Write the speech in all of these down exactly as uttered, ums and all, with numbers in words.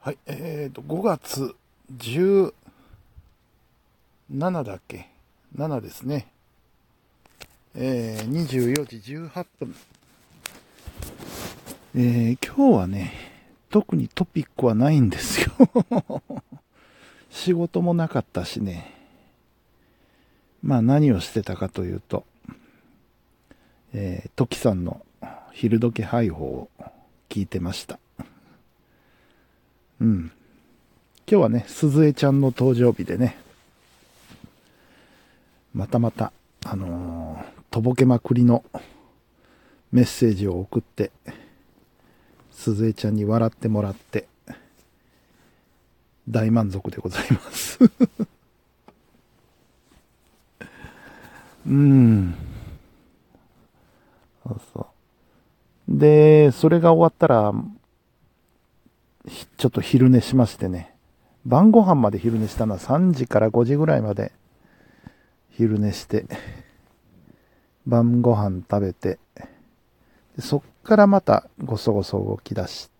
はい、えーと、ごがつじゅうしちだっけ ?なな ですね。えー、にじゅうよじじゅうはっぷん。えー、今日はね、特にトピックはないんですよ。仕事もなかったしね。まあ何をしてたかというと、えー、トキさんの昼時配報を聞いてました。うん。今日はね、鈴江ちゃんの登場日でね、またまた、あのー、とぼけまくりのメッセージを送って、鈴江ちゃんに笑ってもらって、大満足でございます。うん。そうそう。で、それが終わったら、ちょっと昼寝しましてね。晩ご飯まで昼寝したのはさんじからごじぐらいまで昼寝して、晩ご飯食べて、そっからまたごそごそ動き出して、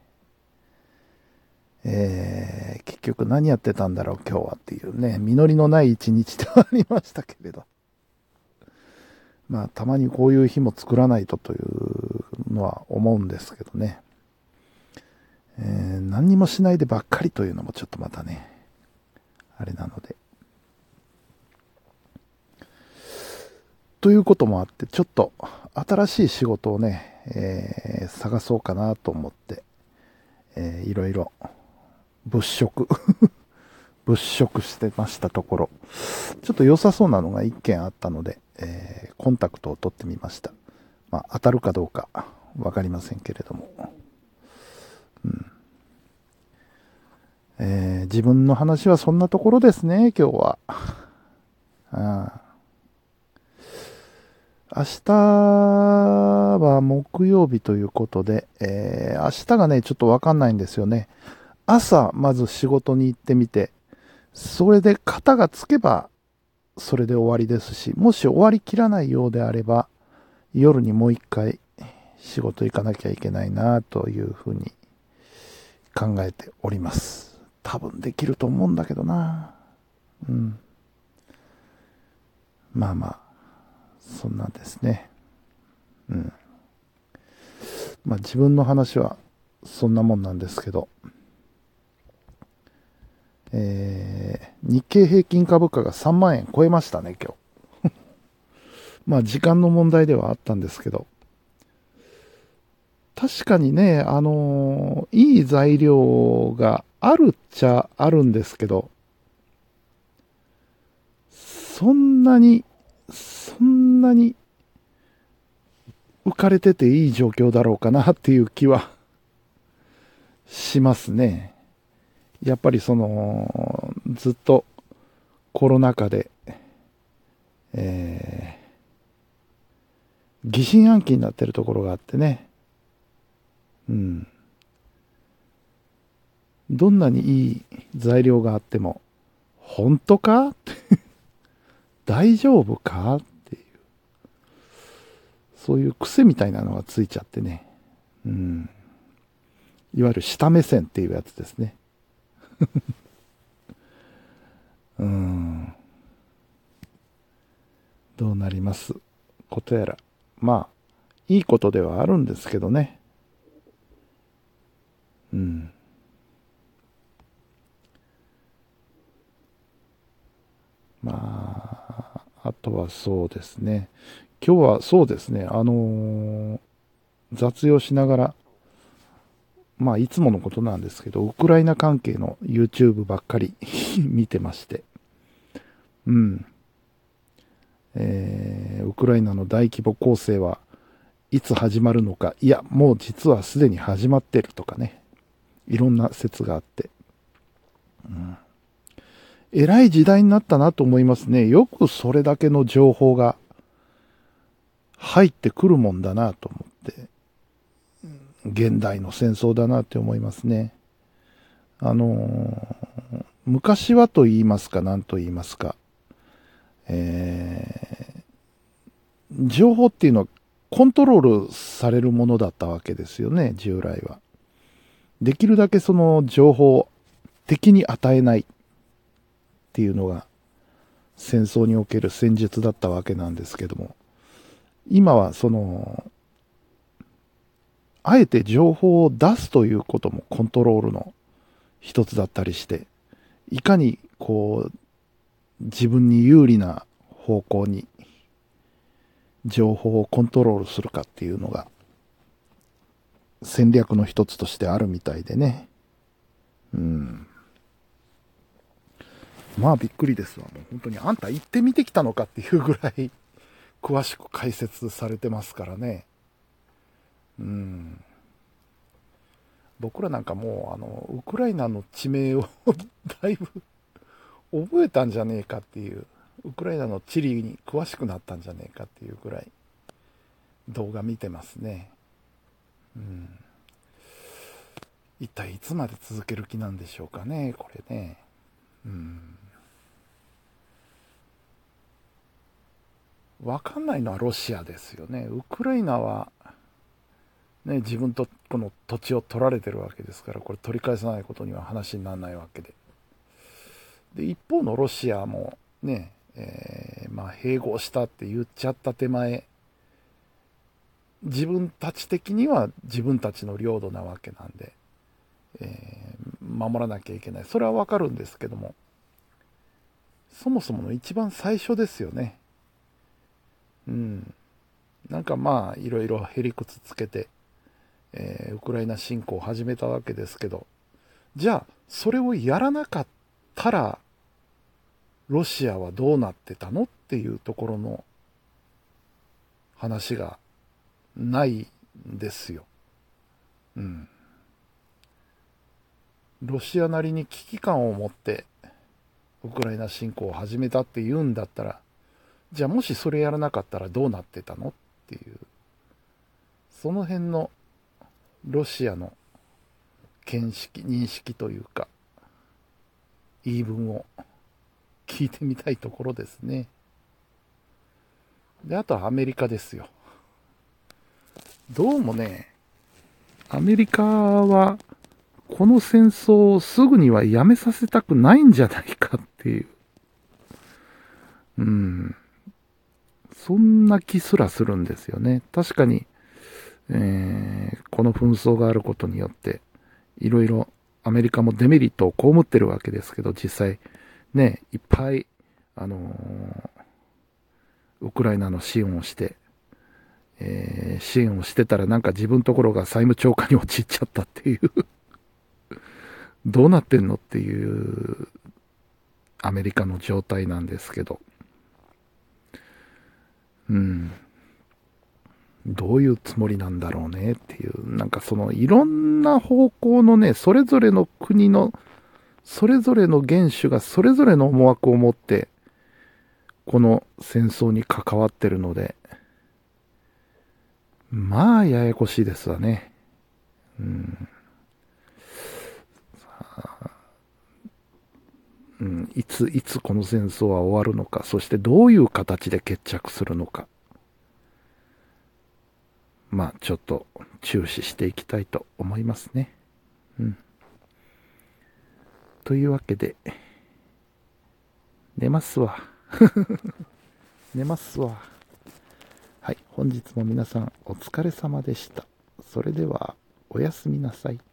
えー、結局何やってたんだろう今日はっていうね、実りのない一日ではありましたけれど。まあたまにこういう日も作らないとというのは思うんですけどね。えー、何にもしないでばっかりというのもちょっとまたね、あれなので。ということもあって、ちょっと新しい仕事をね、えー、探そうかなと思って、えー、いろいろ物色、物色してましたところ、ちょっと良さそうなのが一件あったので、えー、コンタクトを取ってみました。まあ、当たるかどうかわかりませんけれども。うんえー、自分の話はそんなところですね、今日は。あ明日は木曜日ということで、えー、明日がね、ちょっとわかんないんですよね。朝、まず仕事に行ってみて、それで肩がつけば、それで終わりですし、もし終わりきらないようであれば、夜にもう一回仕事行かなきゃいけないなというふうに考えております。多分できると思うんだけどな。うん。まあまあ、そんなんですね。うん。まあ自分の話はそんなもんなんですけど、えー、日経平均株価がさんまんえん超えましたね、今日。まあ時間の問題ではあったんですけど、確かにね、あのーいい材料があるっちゃあるんですけど、そんなに、そんなに浮かれてていい状況だろうかなっていう気はしますね。やっぱりその、ずっとコロナ禍で、えー、疑心暗鬼になってるところがあってね、うん。どんなにいい材料があっても、本当か大丈夫かっていう、そういう癖みたいなのがついちゃってね、うん。いわゆる下目線っていうやつですね。うん。どうなりますことやら。まあ、いいことではあるんですけどね。うん。まあ、あとはそうですね。今日はそうですね。あのー雑用しながら、まあ、いつものことなんですけど、ウクライナ関係の YouTube ばっかり見てまして。うん。えー、ウクライナの大規模攻勢はいつ始まるのか。いや、もう実はすでに始まってるとかね。いろんな説があって。うん。偉い時代になったなと思いますね。よくそれだけの情報が入ってくるもんだなと思って。現代の戦争だなって思いますね。あのー、昔はと言いますか、何と言いますか、えー、情報っていうのはコントロールされるものだったわけですよね、従来は。 できるだけその情報を敵に与えないっていうのが戦争における戦術だったわけなんですけども、今はそのあえて情報を出すということもコントロールの一つだったりして、いかにこう自分に有利な方向に情報をコントロールするかっていうのが戦略の一つとしてあるみたいでね。うん。まあびっくりですわ。もう本当にあんた行ってみてきたのかっていうぐらい詳しく解説されてますからね。うん。僕らなんかもうあのウクライナの地名をだいぶ覚えたんじゃねえかっていう、ウクライナの地理に詳しくなったんじゃねえかっていうぐらい動画見てますね。うん。一体いつまで続ける気なんでしょうかね、これね。うん。わかんないのはロシアですよね。ウクライナはね、自分とこの土地を取られてるわけですから、これ取り返さないことには話にならないわけで。で、一方のロシアもね、えー、まあ併合したって言っちゃった手前、自分たち的には自分たちの領土なわけなんで、えー、守らなきゃいけない。それはわかるんですけども、そもそもの一番最初ですよね。うん。なんかまあ、いろいろへりくつつけて、えー、ウクライナ侵攻を始めたわけですけど、じゃあ、それをやらなかったら、ロシアはどうなってたのっていうところの話がないんですよ。うん。ロシアなりに危機感を持ってウクライナ侵攻を始めたって言うんだったら、じゃあもしそれやらなかったらどうなってたのっていう、その辺のロシアの見識、認識というか、言い分を聞いてみたいところですね。で、あとはアメリカですよ。どうもね、アメリカはこの戦争をすぐにはやめさせたくないんじゃないかっていう、うん、そんな気すらするんですよね。確かに、えー、この紛争があることによって、いろいろアメリカもデメリットを被ってるわけですけど、実際、ね、いっぱい、あのー、ウクライナの支援をして、えー、支援をしてたらなんか自分のところが債務超過に陥っちゃったっていうどうなってんのっていうアメリカの状態なんですけど、うん。どういうつもりなんだろうねっていう、なんかそのいろんな方向のね、それぞれの国の、それぞれの元首がそれぞれの思惑を持って、この戦争に関わってるので、まあ、ややこしいですわね。うん。うん、いつ、いつこの戦争は終わるのか、そしてどういう形で決着するのか。まあ、ちょっと注視していきたいと思いますね。うん。というわけで、寝ますわ。寝ますわ。はい、本日も皆さんお疲れ様でした。それでは、おやすみなさい。